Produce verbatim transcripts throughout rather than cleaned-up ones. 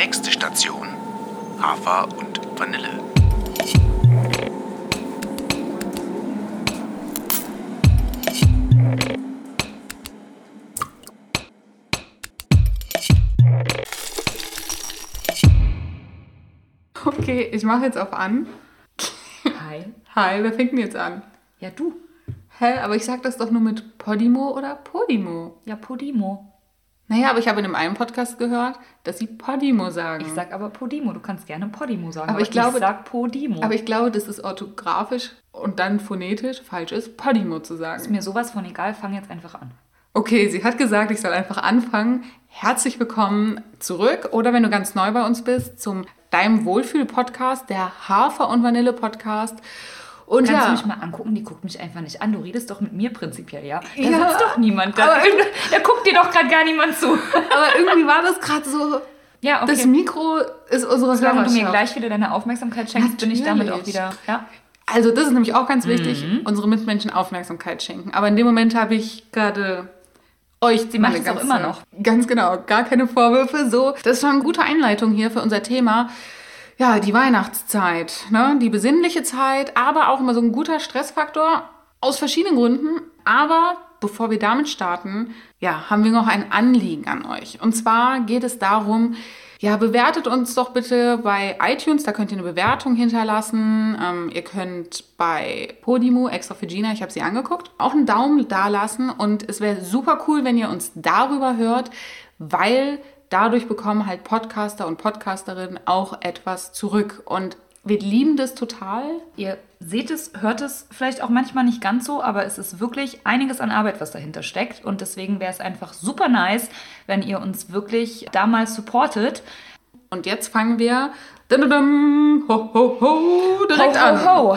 Nächste Station, Hafer und Vanille. Okay, ich mache jetzt auf an. Hi. Hi, wer fängt denn jetzt an? Ja, du. Hä, aber ich sag das doch nur mit Podimo oder Podimo. Ja, Podimo. Naja, aber ich habe in einem einen Podcast gehört, dass sie Podimo sagen. Ich sag aber Podimo. Du kannst gerne Podimo sagen, aber, aber ich, glaube, ich sag Podimo. Aber ich glaube, dass es orthografisch und dann phonetisch falsch ist, Podimo zu sagen. Ist mir sowas von egal, fang jetzt einfach an. Okay, sie hat gesagt, ich soll einfach anfangen. Herzlich willkommen zurück oder wenn du ganz neu bei uns bist, zum Deinem Wohlfühl-Podcast, der Hafer- und Vanille-Podcast. Und Kannst ja, du mich mal angucken? Die guckt mich einfach nicht an. Du redest doch mit mir prinzipiell, ja? Da Ja, sitzt doch niemand. Da, aber- da guckt dir doch gerade gar niemand zu. aber irgendwie war das gerade so, Ja, okay. das Mikro ist unsere Solange du mir Hörerschaft. gleich wieder deine Aufmerksamkeit schenkst, bin ich damit auch Natürlich. wieder... Ja. Also das ist nämlich auch ganz wichtig, Mhm. unsere Mitmenschen Aufmerksamkeit schenken. Aber in dem Moment habe ich gerade euch... Sie macht meine es auch immer noch. Ganz genau, gar keine Vorwürfe. So, das ist schon eine gute Einleitung hier für unser Thema. Ja, die Weihnachtszeit, ne? Die besinnliche Zeit, aber auch immer so ein guter Stressfaktor aus verschiedenen Gründen. Aber bevor wir damit starten, ja, haben wir noch ein Anliegen an euch. Und zwar geht es darum, ja, bewertet uns doch bitte bei iTunes, da könnt ihr eine Bewertung hinterlassen. Ähm, ihr könnt bei Podimo, extra für Gina, ich habe sie angeguckt, auch einen Daumen da lassen. Und es wäre super cool, wenn ihr uns darüber hört, weil dadurch bekommen halt Podcaster und Podcasterinnen auch etwas zurück. Und wir lieben das total. Ihr seht es, hört es vielleicht auch manchmal nicht ganz so, aber es ist wirklich einiges an Arbeit, was dahinter steckt. Und deswegen wäre es einfach super nice, wenn ihr uns wirklich da mal supportet. Und jetzt fangen wir dum, ho, ho, ho, direkt ho, an. ho, ho.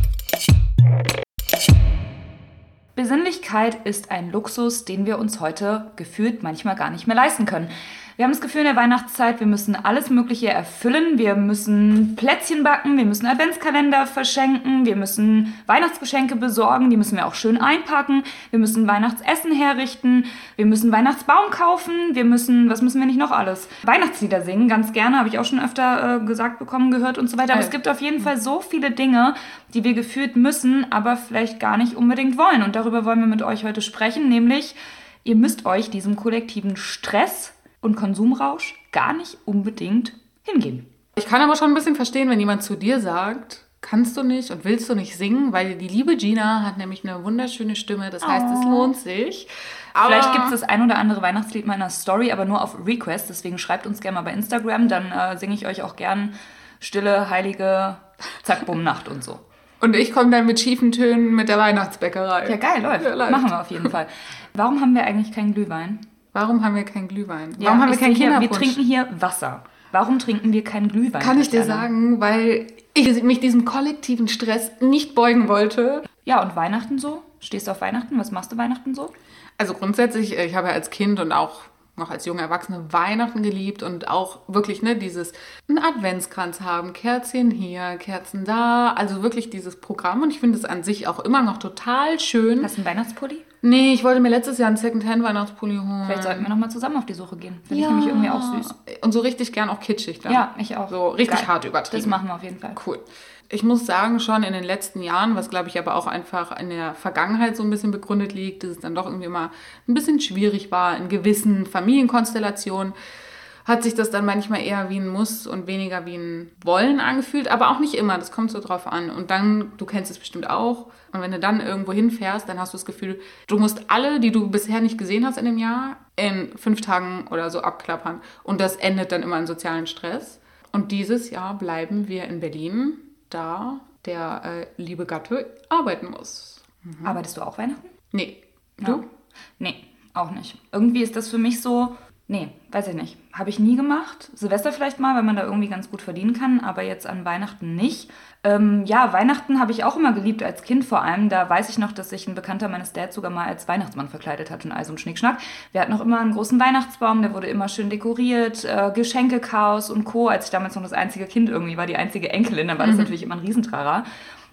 Besinnlichkeit ist ein Luxus, den wir uns heute gefühlt manchmal gar nicht mehr leisten können. Wir haben das Gefühl in der Weihnachtszeit, wir müssen alles Mögliche erfüllen. Wir müssen Plätzchen backen, wir müssen Adventskalender verschenken, wir müssen Weihnachtsgeschenke besorgen, die müssen wir auch schön einpacken. Wir müssen Weihnachtsessen herrichten, wir müssen Weihnachtsbaum kaufen, wir müssen, was müssen wir nicht noch alles? Weihnachtslieder singen, ganz gerne, habe ich auch schon öfter äh, gesagt bekommen, gehört und so weiter. Aber es gibt auf jeden Fall so viele Dinge, die wir gefühlt müssen, aber vielleicht gar nicht unbedingt wollen. Und darüber wollen wir mit euch heute sprechen, nämlich ihr müsst euch diesem kollektiven Stress und Konsumrausch gar nicht unbedingt hingeben. Ich kann aber schon ein bisschen verstehen, wenn jemand zu dir sagt, kannst du nicht und willst du nicht singen, weil die liebe Gina hat nämlich eine wunderschöne Stimme, das heißt, es lohnt sich. Aber Vielleicht gibt es das ein oder andere Weihnachtslied mal in einer Story, aber nur auf Request, deswegen schreibt uns gerne mal bei Instagram, dann äh, singe ich euch auch gern Stille, Heilige, Zack, Bumm, Nacht und so. Und ich komme dann mit schiefen Tönen mit der Weihnachtsbäckerei. Ja, geil, läuft. Ja, läuft. Machen wir auf jeden Fall. Warum haben wir eigentlich keinen Glühwein? Warum haben wir keinen Glühwein? Ja, Warum haben wir ich keinen sehe hier, Wir Kinderpunsch? trinken hier Wasser. Warum trinken wir keinen Glühwein? Kann ich dir Tatjana? sagen, weil ich mich diesem kollektiven Stress nicht beugen wollte. Ja, und Weihnachten so? Stehst du auf Weihnachten? Was machst du Weihnachten so? Also grundsätzlich, ich habe ja als Kind und auch noch als junge Erwachsene Weihnachten geliebt und auch wirklich ne, dieses einen Adventskranz haben, Kerzchen hier, Kerzen da, also wirklich dieses Programm und ich finde es an sich auch immer noch total schön. Hast du einen Weihnachtspulli? Nee, ich wollte mir letztes Jahr einen Secondhand-Weihnachtspulli holen. Vielleicht sollten wir nochmal zusammen auf die Suche gehen. Finde Ja. ich nämlich irgendwie auch süß. Und so richtig gern auch kitschig dann. Ja, ich auch. So richtig Geil. hart übertrieben. Das machen wir auf jeden Fall. Cool. Ich muss sagen, schon in den letzten Jahren, was glaube ich aber auch einfach in der Vergangenheit so ein bisschen begründet liegt, dass es dann doch irgendwie immer ein bisschen schwierig war in gewissen Familienkonstellationen, hat sich das dann manchmal eher wie ein Muss und weniger wie ein Wollen angefühlt, aber auch nicht immer, das kommt so drauf an. Und dann, du kennst es bestimmt auch, und wenn du dann irgendwo hinfährst, dann hast du das Gefühl, du musst alle, die du bisher nicht gesehen hast in dem Jahr, in fünf Tagen oder so abklappern. Und das endet dann immer in sozialen Stress. Und dieses Jahr bleiben wir in Berlin, da der äh, liebe Gatte arbeiten muss. Mhm. Arbeitest du auch Weihnachten? Nee. Ja. Du? Nee, auch nicht. Irgendwie ist das für mich so, nee, weiß ich nicht. Habe ich nie gemacht. Silvester vielleicht mal, weil man da irgendwie ganz gut verdienen kann, aber jetzt an Weihnachten nicht. Ähm, ja, Weihnachten habe ich auch immer geliebt, als Kind vor allem. Da weiß ich noch, dass sich ein Bekannter meines Dads sogar mal als Weihnachtsmann verkleidet hat und all so ein Schnickschnack. Wir hatten auch immer einen großen Weihnachtsbaum, der wurde immer schön dekoriert, äh, Geschenkekaos und Co. Als ich damals noch das einzige Kind irgendwie war, die einzige Enkelin, dann war das Mhm. natürlich immer ein Riesentrara.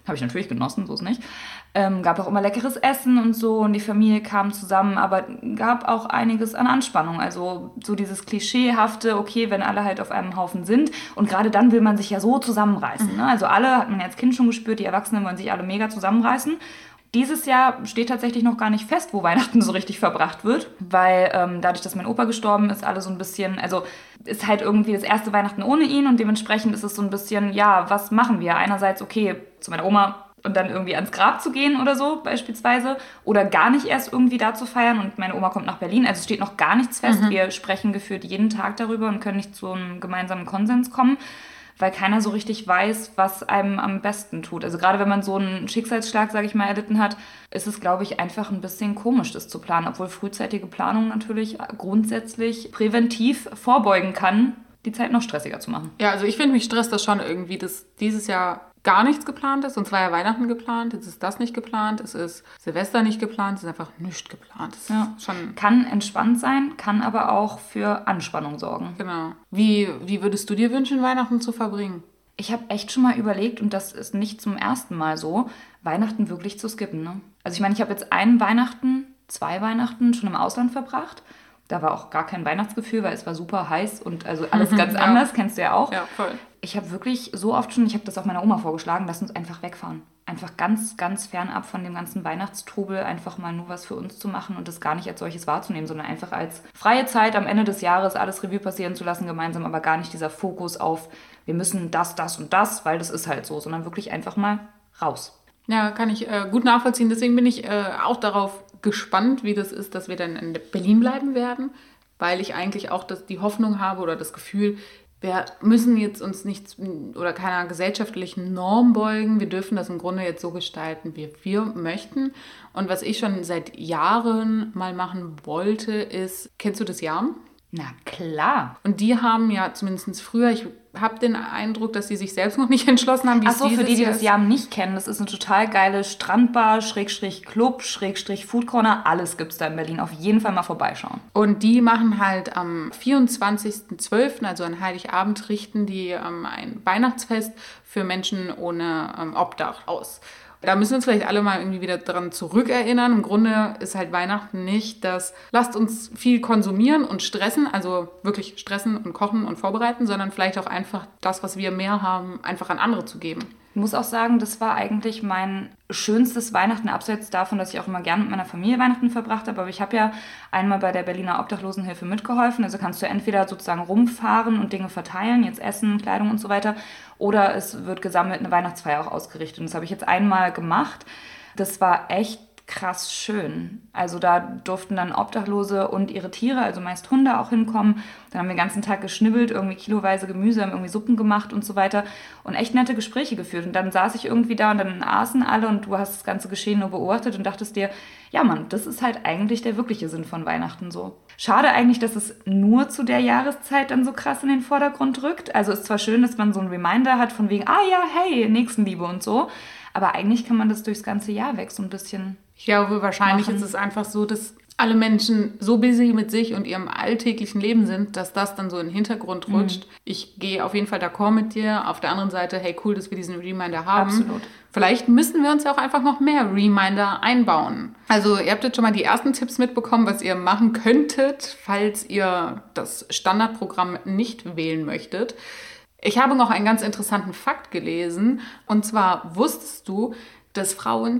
Habe ich natürlich genossen, so ist nicht. Ähm, gab auch immer leckeres Essen und so und die Familie kam zusammen, aber gab auch einiges an Anspannung. Also so dieses klischeehafte, okay, wenn alle halt auf einem Haufen sind und gerade dann will man sich ja so zusammenreißen. Mhm. Ne? Also alle, hat man ja als Kind schon gespürt, die Erwachsenen wollen sich alle mega zusammenreißen. Dieses Jahr steht tatsächlich noch gar nicht fest, wo Weihnachten so richtig verbracht wird, weil ähm, dadurch, dass mein Opa gestorben ist, alle so ein bisschen, also ist halt irgendwie das erste Weihnachten ohne ihn und dementsprechend ist es so ein bisschen, ja, was machen wir? Einerseits, okay, zu meiner Oma und dann irgendwie ans Grab zu gehen oder so beispielsweise oder gar nicht erst irgendwie da zu feiern und meine Oma kommt nach Berlin, also es steht noch gar nichts fest. Mhm. Wir sprechen gefühlt jeden Tag darüber und können nicht zu einem gemeinsamen Konsens kommen, weil keiner so richtig weiß, was einem am besten tut. Also gerade wenn man so einen Schicksalsschlag, sage ich mal, erlitten hat, ist es, glaube ich, einfach ein bisschen komisch, das zu planen, obwohl frühzeitige Planung natürlich grundsätzlich präventiv vorbeugen kann, die Zeit noch stressiger zu machen. Ja, also ich finde, mich stresst das schon irgendwie, dass dieses Jahr gar nichts geplant ist. Und zwar ja Weihnachten geplant, jetzt ist das nicht geplant, es ist Silvester nicht geplant, es ist einfach nichts geplant. Das ja. schon kann entspannt sein, kann aber auch für Anspannung sorgen. Genau. Wie, wie würdest du dir wünschen, Weihnachten zu verbringen? Ich habe echt schon mal überlegt, und das ist nicht zum ersten Mal so, Weihnachten wirklich zu skippen. Ne? Also ich meine, ich habe jetzt einen Weihnachten, zwei Weihnachten schon im Ausland verbracht. Da war auch gar kein Weihnachtsgefühl, weil es war super heiß und also alles mhm, ganz ja. anders, kennst du ja auch. Ja, voll. Ich habe wirklich so oft schon, ich habe das auch meiner Oma vorgeschlagen, lass uns einfach wegfahren. Einfach ganz, ganz fernab von dem ganzen Weihnachtstrubel, einfach mal nur was für uns zu machen und das gar nicht als solches wahrzunehmen, sondern einfach als freie Zeit am Ende des Jahres alles Revue passieren zu lassen gemeinsam, aber gar nicht dieser Fokus auf, wir müssen das, das und das, weil das ist halt so, sondern wirklich einfach mal raus. Ja, kann ich äh, gut nachvollziehen. Deswegen bin ich äh, auch darauf gespannt, wie das ist, dass wir dann in Berlin bleiben werden, weil ich eigentlich auch das, die Hoffnung habe oder das Gefühl, wir müssen jetzt uns nicht oder keiner gesellschaftlichen Norm beugen. Wir dürfen das im Grunde jetzt so gestalten, wie wir möchten. Und was ich schon seit Jahren mal machen wollte, ist, kennst du das Yam? Na klar. Und die haben ja zumindest früher, ich habe den Eindruck, dass sie sich selbst noch nicht entschlossen haben, wie es dieses Jahr ist. Achso, für die, die das Yam nicht kennen, das ist eine total geile Strandbar, Schrägstrich Club, Schrägstrich Food Corner. Alles gibt's da in Berlin. Auf jeden Fall mal vorbeischauen. Und die machen halt am vierundzwanzigsten zwölften, also an Heiligabend, richten die ähm, ein Weihnachtsfest für Menschen ohne ähm, Obdach aus. Da müssen wir uns vielleicht alle mal irgendwie wieder dran zurückerinnern. Im Grunde ist halt Weihnachten nicht das, lasst uns viel konsumieren und stressen, also wirklich stressen und kochen und vorbereiten, sondern vielleicht auch einfach das, was wir mehr haben, einfach an andere zu geben. Ich muss auch sagen, das war eigentlich mein schönstes Weihnachten, abseits davon, dass ich auch immer gerne mit meiner Familie Weihnachten verbracht habe. Aber ich habe ja einmal bei der Berliner Obdachlosenhilfe mitgeholfen. Also kannst du entweder sozusagen rumfahren und Dinge verteilen, jetzt Essen, Kleidung und so weiter. Oder es wird gesammelt eine Weihnachtsfeier auch ausgerichtet. Und das habe ich jetzt einmal gemacht. Das war echt krass schön. Also da durften dann Obdachlose und ihre Tiere, also meist Hunde, auch hinkommen. Dann haben wir den ganzen Tag geschnibbelt, irgendwie kiloweise Gemüse, haben irgendwie Suppen gemacht und so weiter und echt nette Gespräche geführt. Und dann saß ich irgendwie da und dann aßen alle und du hast das ganze Geschehen nur beobachtet und dachtest dir, ja Mann, das ist halt eigentlich der wirkliche Sinn von Weihnachten so. Schade eigentlich, dass es nur zu der Jahreszeit dann so krass in den Vordergrund rückt. Also ist zwar schön, dass man so einen Reminder hat von wegen, ah ja, hey, Nächstenliebe und so, aber eigentlich kann man das durchs ganze Jahr weg so ein bisschen. Ich glaube, wahrscheinlich machen. Ist es einfach so, dass alle Menschen so busy mit sich und ihrem alltäglichen Leben sind, dass das dann so in den Hintergrund rutscht. Mhm. Ich gehe auf jeden Fall d'accord mit dir. Auf der anderen Seite, hey, cool, dass wir diesen Reminder haben. Absolut. Vielleicht müssen wir uns ja auch einfach noch mehr Reminder einbauen. Also ihr habt jetzt schon mal die ersten Tipps mitbekommen, was ihr machen könntet, falls ihr das Standardprogramm nicht wählen möchtet. Ich habe noch einen ganz interessanten Fakt gelesen. Und zwar wusstest du, dass Frauen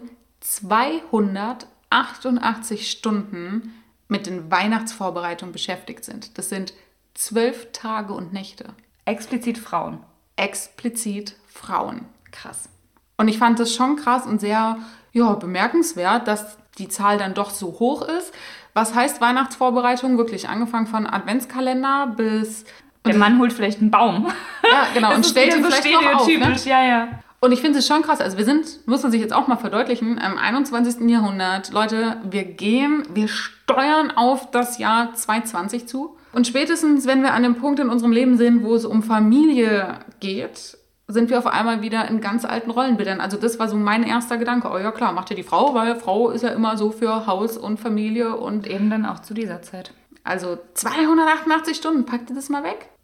zweihundertachtundachtzig Stunden mit den Weihnachtsvorbereitungen beschäftigt sind. Das sind zwölf Tage und Nächte. Explizit Frauen. Explizit Frauen. Krass. Und ich fand das schon krass und sehr ja, bemerkenswert, dass die Zahl dann doch so hoch ist. Was heißt Weihnachtsvorbereitung? Wirklich angefangen von Adventskalender bis... Der Mann holt vielleicht einen Baum. Ja, genau. Das und stellt ihn so vielleicht noch auf. Ne? Ja, ja. Und ich finde es schon krass, also wir sind, muss man sich jetzt auch mal verdeutlichen, im einundzwanzigsten Jahrhundert, Leute, wir gehen, wir steuern auf das Jahr zweitausendzwanzig zu. Und spätestens, wenn wir an dem Punkt in unserem Leben sind, wo es um Familie geht, sind wir auf einmal wieder in ganz alten Rollenbildern. Also das war so mein erster Gedanke. Oh ja klar, macht ja die Frau, weil Frau ist ja immer so für Haus und Familie und eben dann auch zu dieser Zeit. Also zweihundertachtundachtzig Stunden, packt ihr das mal weg?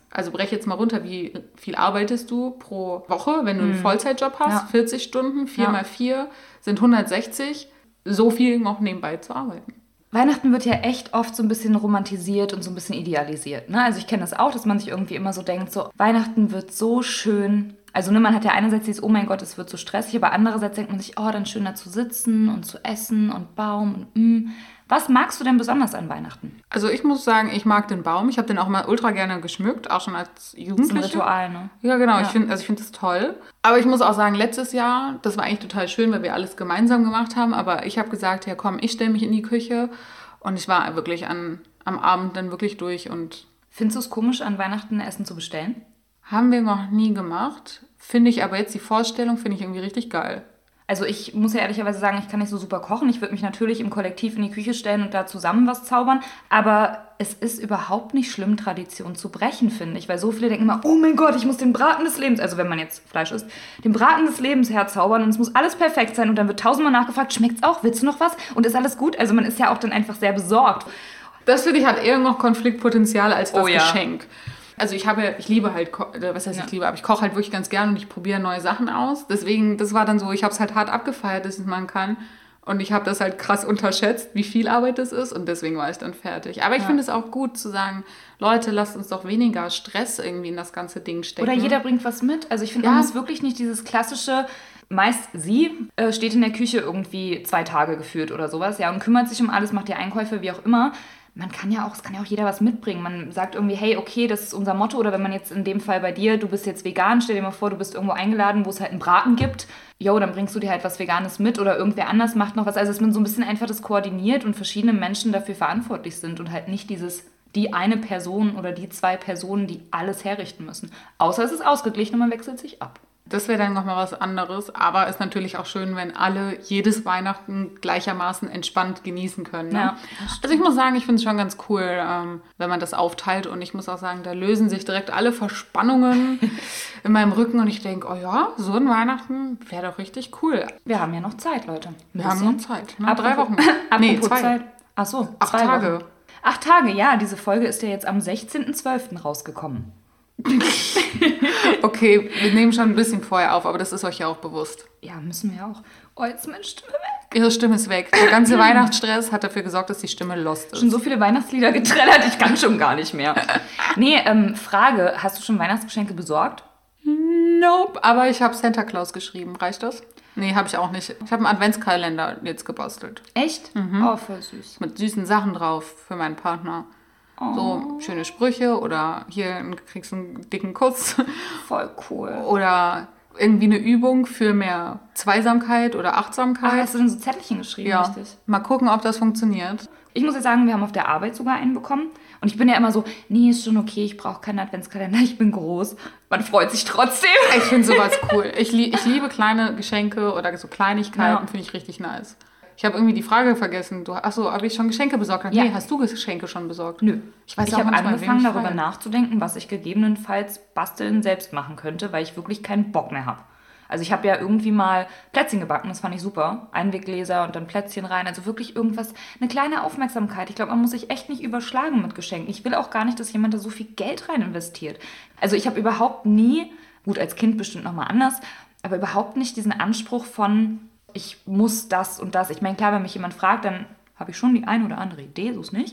Also breche jetzt mal runter, wie viel arbeitest du pro Woche, wenn du einen Vollzeitjob hast? Ja. vierzig Stunden, vier Ja. mal vier sind hundertsechzig. So viel noch nebenbei zu arbeiten. Weihnachten wird ja echt oft so ein bisschen romantisiert und so ein bisschen idealisiert. Ne? Also ich kenne das auch, dass man sich irgendwie immer so denkt, so Weihnachten wird so schön. Also ne, man hat ja einerseits dieses, oh mein Gott, es wird so stressig, aber andererseits denkt man sich, oh, dann schön da zu sitzen und zu essen und Baum und mm. Was magst du denn besonders an Weihnachten? Also ich muss sagen, ich mag den Baum. Ich habe den auch mal ultra gerne geschmückt, auch schon als Jugendliche. Das ist ein Ritual, ne? Ja, genau. Ja. Ich finde also ich finde das toll. Aber ich muss auch sagen, letztes Jahr, das war eigentlich total schön, weil wir alles gemeinsam gemacht haben. Aber ich habe gesagt, ja komm, ich stelle mich in die Küche. Und ich war wirklich an, am Abend dann wirklich durch. Und Findest du es komisch, an Weihnachten Essen zu bestellen? haben wir noch nie gemacht. Finde ich aber jetzt die Vorstellung, finde ich irgendwie richtig geil. Also ich muss ja ehrlicherweise sagen, ich kann nicht so super kochen. Ich würde mich natürlich im Kollektiv in die Küche stellen und da zusammen was zaubern. Aber es ist überhaupt nicht schlimm, Tradition zu brechen, finde ich. Weil so viele denken immer, oh mein Gott, ich muss den Braten des Lebens, also wenn man jetzt Fleisch isst, den Braten des Lebens herzaubern und es muss alles perfekt sein. Und dann wird tausendmal nachgefragt, schmeckt's auch? Willst du noch was? Und ist alles gut? Also man ist ja auch dann einfach sehr besorgt. Das finde ich hat eher noch Konfliktpotenzial als das Oh ja. Geschenk. Also ich habe, ich liebe halt, Ko- oder was heißt Ja. ich liebe, aber ich koche halt wirklich ganz gern und ich probiere neue Sachen aus. Deswegen, das war dann so, ich habe es halt hart abgefeiert, dass ich es machen kann. Und ich habe das halt krass unterschätzt, wie viel Arbeit das ist. Und deswegen war ich dann fertig. Aber ich Ja. finde es auch gut zu sagen, Leute, lasst uns doch weniger Stress irgendwie in das ganze Ding stecken. Oder jeder bringt was mit. Also ich finde, Ja. man muss wirklich nicht dieses klassische, meist sie äh, steht in der Küche irgendwie zwei Tage geführt oder sowas, ja, und kümmert sich um alles, macht die Einkäufe, wie auch immer. Man kann ja auch, es kann ja auch jeder was mitbringen. Man sagt irgendwie, hey, okay, das ist unser Motto. Oder wenn man jetzt in dem Fall bei dir, du bist jetzt vegan, stell dir mal vor, du bist irgendwo eingeladen, wo es halt einen Braten gibt. Jo, dann bringst du dir halt was Veganes mit oder irgendwer anders macht noch was. Also dass man so ein bisschen einfach das koordiniert und verschiedene Menschen dafür verantwortlich sind und halt nicht dieses, die eine Person oder die zwei Personen, die alles herrichten müssen. Außer es ist ausgeglichen und man wechselt sich ab. Das wäre dann nochmal was anderes, aber ist natürlich auch schön, wenn alle jedes Weihnachten gleichermaßen entspannt genießen können. Ne? Ja, also ich muss sagen, ich finde es schon ganz cool, ähm, wenn man das aufteilt und ich muss auch sagen, da lösen sich direkt alle Verspannungen in meinem Rücken und ich denke, oh ja, so ein Weihnachten wäre doch richtig cool. Wir haben ja noch Zeit, Leute. Ein Wir haben bisschen. noch Zeit. Ne? Apropos- Drei Wochen. Apropos Nee, zwei. Zeit. Ach so, Acht zwei Tage. Wochen. Acht Tage, ja. Diese Folge ist ja jetzt am sechzehnten zwölften rausgekommen. Okay, wir nehmen schon ein bisschen vorher auf, aber das ist euch ja auch bewusst. Ja, müssen wir auch. Oh, jetzt ist meine Stimme weg. Ihre Stimme ist weg. Der ganze Weihnachtsstress hat dafür gesorgt, dass die Stimme lost ist. Schon so viele Weihnachtslieder getrellert, ich kann schon gar nicht mehr. Nee, ähm, Frage, hast du schon Weihnachtsgeschenke besorgt? Nope, aber ich habe Santa Claus geschrieben. Reicht das? Nee, habe ich auch nicht. Ich habe einen Adventskalender jetzt gebastelt. Echt? Oh, voll süß. Mit süßen Sachen drauf für meinen Partner. So schöne Sprüche oder hier kriegst du einen dicken Kuss. Voll cool. Oder irgendwie eine Übung für mehr Zweisamkeit oder Ach, Achtsamkeit. hast du denn so Zettelchen geschrieben, ja, richtig? mal gucken, ob das funktioniert. Ich muss jetzt sagen, wir haben auf der Arbeit sogar einen bekommen. Und ich bin ja immer so, nee, ist schon okay, ich brauche keinen Adventskalender, ich bin groß. Man freut sich trotzdem. Ich finde sowas cool. Ich, lie ich liebe kleine Geschenke oder so Kleinigkeiten, Ja. finde ich richtig nice. Ich habe irgendwie die Frage vergessen. Du, achso, habe ich schon Geschenke besorgt? Ja. Nee, hast du Geschenke schon besorgt? Nö. Ich weiß Ich auch habe manchmal, angefangen, wem ich darüber feiere. nachzudenken, was ich gegebenenfalls basteln selbst machen könnte, weil ich wirklich keinen Bock mehr habe. Also ich habe ja irgendwie mal Plätzchen gebacken, das fand ich super. Einweggläser und dann Plätzchen rein. Also wirklich irgendwas, eine kleine Aufmerksamkeit. Ich glaube, man muss sich echt nicht überschlagen mit Geschenken. Ich will auch gar nicht, dass jemand da so viel Geld rein investiert. Also ich habe überhaupt nie, gut, als Kind bestimmt nochmal anders, aber überhaupt nicht diesen Anspruch von, ich muss das und das. Ich meine, klar, wenn mich jemand fragt, dann habe ich schon die ein oder andere Idee, so ist nicht.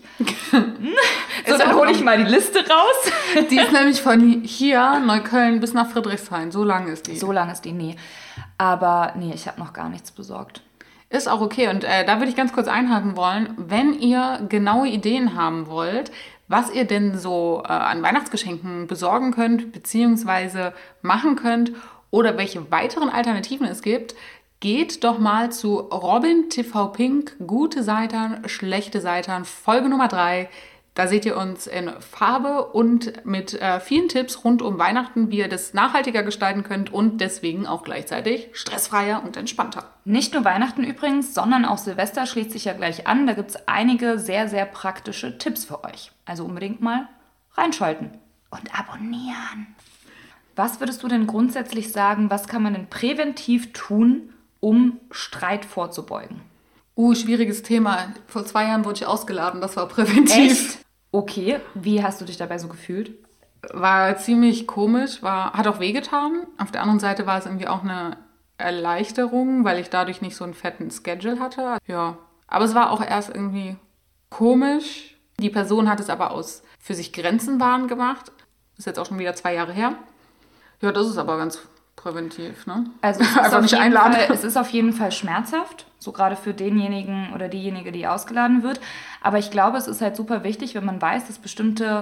So, dann auch hole ich mal die Liste raus. Die ist nämlich von hier, Neukölln, bis nach Friedrichshain. So lang ist die. So lang ist die, nee. Aber nee, ich habe noch gar nichts besorgt. Ist auch okay. Und äh, da würde ich ganz kurz einhaken wollen. Wenn ihr genaue Ideen haben wollt, was ihr denn so äh, an Weihnachtsgeschenken besorgen könnt, beziehungsweise machen könnt oder welche weiteren Alternativen es gibt, geht doch mal zu Robin T V Pink, gute Seitern, schlechte Seitern, Folge Nummer drei. Da seht ihr uns in Farbe und mit äh, vielen Tipps rund um Weihnachten, wie ihr das nachhaltiger gestalten könnt und deswegen auch gleichzeitig stressfreier und entspannter. Nicht nur Weihnachten übrigens, sondern auch Silvester schließt sich ja gleich an. Da gibt es einige sehr, sehr praktische Tipps für euch. Also unbedingt mal reinschalten und abonnieren. Was würdest du denn grundsätzlich sagen, was kann man denn präventiv tun, um Streit vorzubeugen? Uh, schwieriges Thema. Vor zwei Jahren wurde ich ausgeladen, das war präventiv. Echt? Okay, wie hast du dich dabei so gefühlt? War ziemlich komisch, war, hat auch wehgetan. Auf der anderen Seite war es irgendwie auch eine Erleichterung, weil ich dadurch nicht so einen fetten Schedule hatte. Ja, aber es war auch erst irgendwie komisch. Die Person hat es aber aus für sich Grenzen wahren gemacht. Ist jetzt auch schon wieder zwei Jahre her. Ja, das ist aber ganz präventiv, ne? Also es ist, Einfach auf nicht jeden einladen. Fall, es ist auf jeden Fall schmerzhaft, so gerade für denjenigen oder diejenige, die ausgeladen wird. Aber ich glaube, es ist halt super wichtig, wenn man weiß, dass bestimmte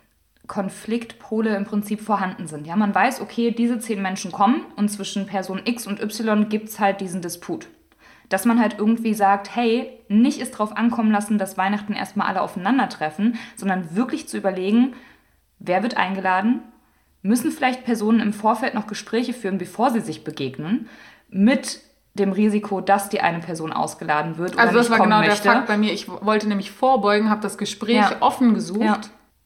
Konfliktpole im Prinzip vorhanden sind. Ja, man weiß, okay, diese zehn Menschen kommen und zwischen Person X und Y gibt es halt diesen Disput. Dass man halt irgendwie sagt, hey, nicht es drauf ankommen lassen, dass Weihnachten erstmal alle aufeinandertreffen, sondern wirklich zu überlegen, wer wird eingeladen? Müssen vielleicht Personen im Vorfeld noch Gespräche führen, bevor sie sich begegnen, mit dem Risiko, dass die eine Person ausgeladen wird oder Also das nicht war kommen genau möchte. der Fakt bei mir. Ich wollte nämlich vorbeugen, habe das Gespräch Ja. offen gesucht. Ja.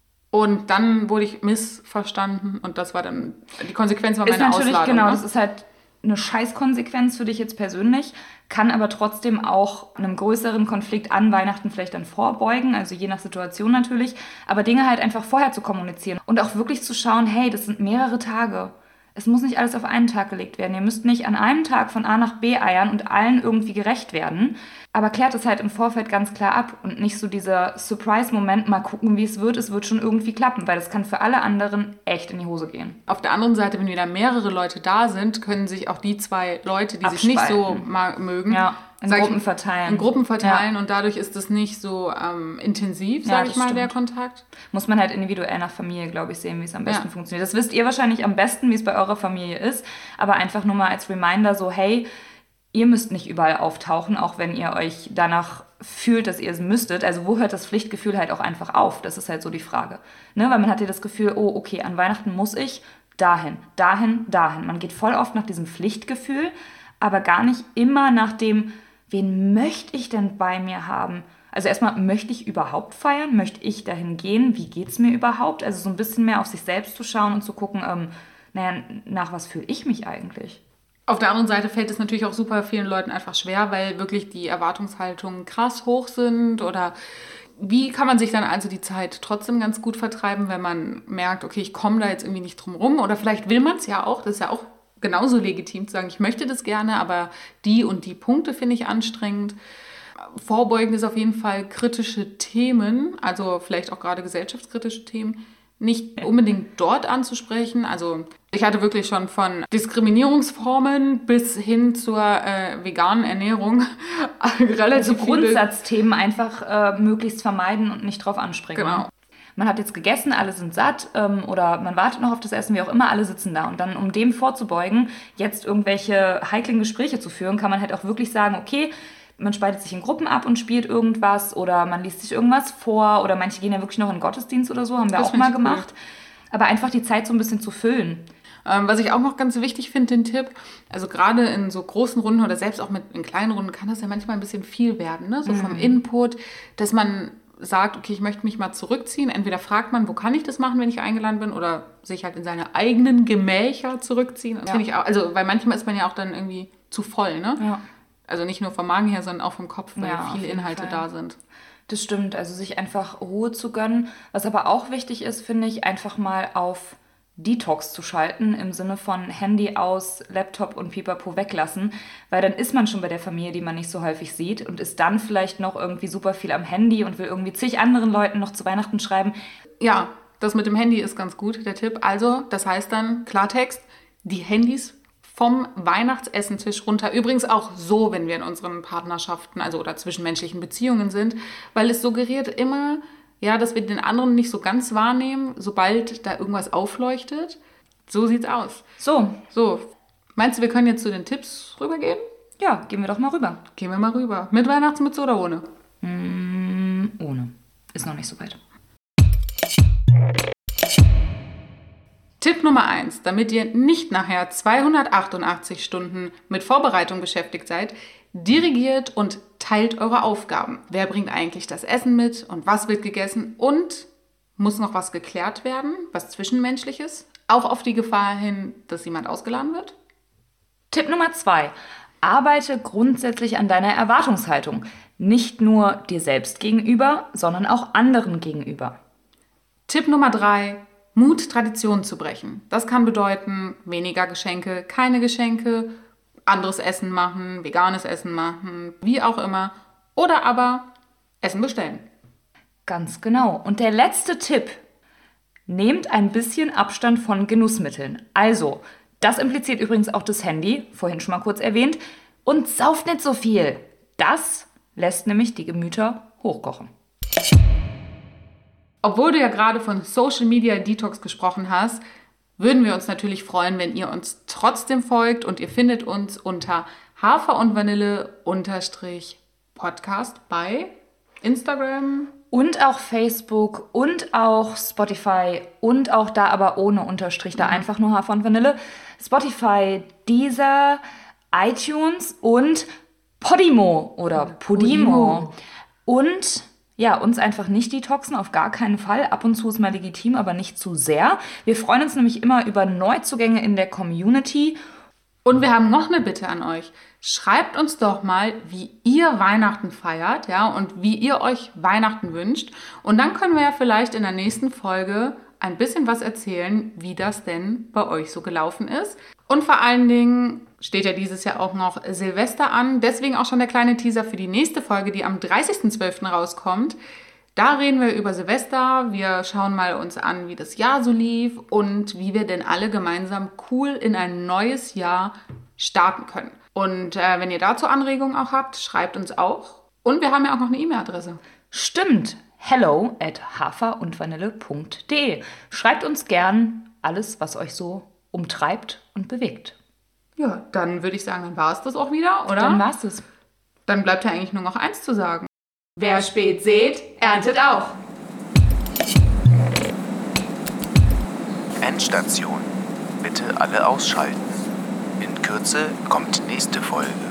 Und dann wurde ich missverstanden und das war dann, die Konsequenz war Ist meine natürlich, Ausladung. genau, ne? das ist halt eine Scheißkonsequenz für dich jetzt persönlich, kann aber trotzdem auch einem größeren Konflikt an Weihnachten vielleicht dann vorbeugen, also je nach Situation natürlich, aber Dinge halt einfach vorher zu kommunizieren und auch wirklich zu schauen, hey, das sind mehrere Tage. Es muss nicht alles auf einen Tag gelegt werden. Ihr müsst nicht an einem Tag von A nach B eiern und allen irgendwie gerecht werden. Aber klärt es halt im Vorfeld ganz klar ab und nicht so dieser Surprise-Moment, mal gucken, wie es wird. Es wird schon irgendwie klappen, weil das kann für alle anderen echt in die Hose gehen. Auf der anderen Seite, wenn wieder mehrere Leute da sind, können sich auch die zwei Leute, die sich nicht so Abspalten. ma- mögen, Ja, in sag ich- Gruppen verteilen. in Gruppen verteilen und dadurch ist es nicht so ähm, intensiv, Ja, sag das ich mal, stimmt. der Kontakt. Muss man halt individuell nach Familie, glaube ich, sehen, wie es am besten Ja. funktioniert. Das wisst ihr wahrscheinlich am besten, wie es bei eurer Familie ist. Aber einfach nur mal als Reminder so, hey, ihr müsst nicht überall auftauchen, auch wenn ihr euch danach fühlt, dass ihr es müsstet. Also wo hört das Pflichtgefühl halt auch einfach auf? Das ist halt so die Frage. Ne? Weil man hat ja das Gefühl, oh, okay, an Weihnachten muss ich dahin, dahin, dahin. Man geht voll oft nach diesem Pflichtgefühl, aber gar nicht immer nach dem, wen möchte ich denn bei mir haben? Also erstmal, möchte ich überhaupt feiern? Möchte ich dahin gehen? Wie geht es mir überhaupt? Also so ein bisschen mehr auf sich selbst zu schauen und zu gucken, ähm, naja, nach was fühle ich mich eigentlich? Auf der anderen Seite fällt es natürlich auch super vielen Leuten einfach schwer, weil wirklich die Erwartungshaltungen krass hoch sind oder wie kann man sich dann also die Zeit trotzdem ganz gut vertreiben, wenn man merkt, okay, ich komme da jetzt irgendwie nicht drum rum oder vielleicht will man es ja auch, das ist ja auch genauso legitim zu sagen, ich möchte das gerne, aber die und die Punkte finde ich anstrengend. Vorbeugen ist auf jeden Fall kritische Themen, also vielleicht auch gerade gesellschaftskritische Themen, nicht unbedingt dort anzusprechen. Also ich hatte wirklich schon von Diskriminierungsformen bis hin zur äh, veganen Ernährung relativ Also viele. Grundsatzthemen einfach äh, möglichst vermeiden und nicht drauf anspringen. Genau. Man hat jetzt gegessen, alle sind satt ähm, oder man wartet noch auf das Essen, wie auch immer, alle sitzen da. Und dann, um dem vorzubeugen, jetzt irgendwelche heiklen Gespräche zu führen, kann man halt auch wirklich sagen, okay, man spaltet sich in Gruppen ab und spielt irgendwas oder man liest sich irgendwas vor oder manche gehen ja wirklich noch in den Gottesdienst oder so, haben wir Das auch find mal ich cool. gemacht. Aber einfach die Zeit so ein bisschen zu füllen. Ähm, was ich auch noch ganz wichtig finde, den Tipp, also gerade in so großen Runden oder selbst auch mit in kleinen Runden kann das ja manchmal ein bisschen viel werden, ne? So vom Input, dass man sagt, okay, ich möchte mich mal zurückziehen. Entweder fragt man, wo kann ich das machen, wenn ich eingeladen bin, oder sich halt in seine eigenen Gemächer zurückziehen. Das Ja. finde ich auch, also weil manchmal ist man ja auch dann irgendwie zu voll, ne? Ja. Also nicht nur vom Magen her, sondern auch vom Kopf, weil Ja, auf viele jeden Inhalte Fall. da sind. Das stimmt, also sich einfach Ruhe zu gönnen. Was aber auch wichtig ist, finde ich, einfach mal auf Detox zu schalten, im Sinne von Handy aus, Laptop und Pipapo weglassen, weil dann ist man schon bei der Familie, die man nicht so häufig sieht und ist dann vielleicht noch irgendwie super viel am Handy und will irgendwie zig anderen Leuten noch zu Weihnachten schreiben. Ja, das mit dem Handy ist ganz gut, der Tipp. Also, das heißt dann, Klartext, die Handys vom Weihnachtsessentisch runter. Übrigens auch so, wenn wir in unseren Partnerschaften, also oder zwischenmenschlichen Beziehungen sind, weil es suggeriert immer, ja, dass wir den anderen nicht so ganz wahrnehmen, sobald da irgendwas aufleuchtet. So sieht's aus. So, So, meinst du, wir können jetzt zu den Tipps rübergehen? ja, gehen wir doch mal rüber. Gehen wir mal rüber. Mit Weihnachtsmütze oder ohne? Ohne. Ist noch nicht so weit. Tipp Nummer eins, damit ihr nicht nachher zweihundertachtundachtzig Stunden mit Vorbereitung beschäftigt seid, dirigiert und teilt eure Aufgaben. Wer bringt eigentlich das Essen mit und was wird gegessen und muss noch was geklärt werden, was Zwischenmenschliches, auch auf die Gefahr hin, dass jemand ausgeladen wird? Tipp Nummer zwei. Arbeite grundsätzlich an deiner Erwartungshaltung. Nicht nur dir selbst gegenüber, sondern auch anderen gegenüber. Tipp Nummer drei, Mut, Traditionen zu brechen. Das kann bedeuten, weniger Geschenke, keine Geschenke, anderes Essen machen, veganes Essen machen, wie auch immer. Oder aber Essen bestellen. Ganz genau. Und der letzte Tipp: Nehmt ein bisschen Abstand von Genussmitteln. Also, das impliziert übrigens auch das Handy, vorhin schon mal kurz erwähnt. Und sauft nicht so viel. Das lässt nämlich die Gemüter hochkochen. Obwohl du ja gerade von Social Media Detox gesprochen hast, würden wir uns natürlich freuen, wenn ihr uns trotzdem folgt, und ihr findet uns unter Hafer und Vanille Podcast bei Instagram und auch Facebook und auch Spotify und auch da aber ohne Unterstrich, da mhm. einfach nur Hafer und Vanille. Spotify, Deezer, iTunes und Podimo oder Podimo. Podimo. Und ja, uns einfach nicht detoxen, auf gar keinen Fall. Ab und zu ist mal legitim, aber nicht zu sehr. Wir freuen uns nämlich immer über Neuzugänge in der Community. Und wir haben noch eine Bitte an euch. Schreibt uns doch mal, wie ihr Weihnachten feiert, ja, und wie ihr euch Weihnachten wünscht. Und dann können wir ja vielleicht in der nächsten Folge ein bisschen was erzählen, wie das denn bei euch so gelaufen ist. Und vor allen Dingen steht ja dieses Jahr auch noch Silvester an. Deswegen auch schon der kleine Teaser für die nächste Folge, die am dreißigsten zwölften rauskommt. Da reden wir über Silvester. Wir schauen mal uns an, wie das Jahr so lief und wie wir denn alle gemeinsam cool in ein neues Jahr starten können. Und äh, wenn ihr dazu Anregungen auch habt, schreibt uns auch. Und wir haben ja auch noch eine E-Mail-Adresse. Stimmt. hello at hafer und vanille punkt de. Schreibt uns gern alles, was euch so umtreibt und bewegt. Ja, dann würde ich sagen, dann war es das auch wieder, oder? Dann war es das. Dann bleibt ja eigentlich nur noch eins zu sagen. Wer spät sät, erntet auch. Endstation. Bitte alle ausschalten. In Kürze kommt nächste Folge.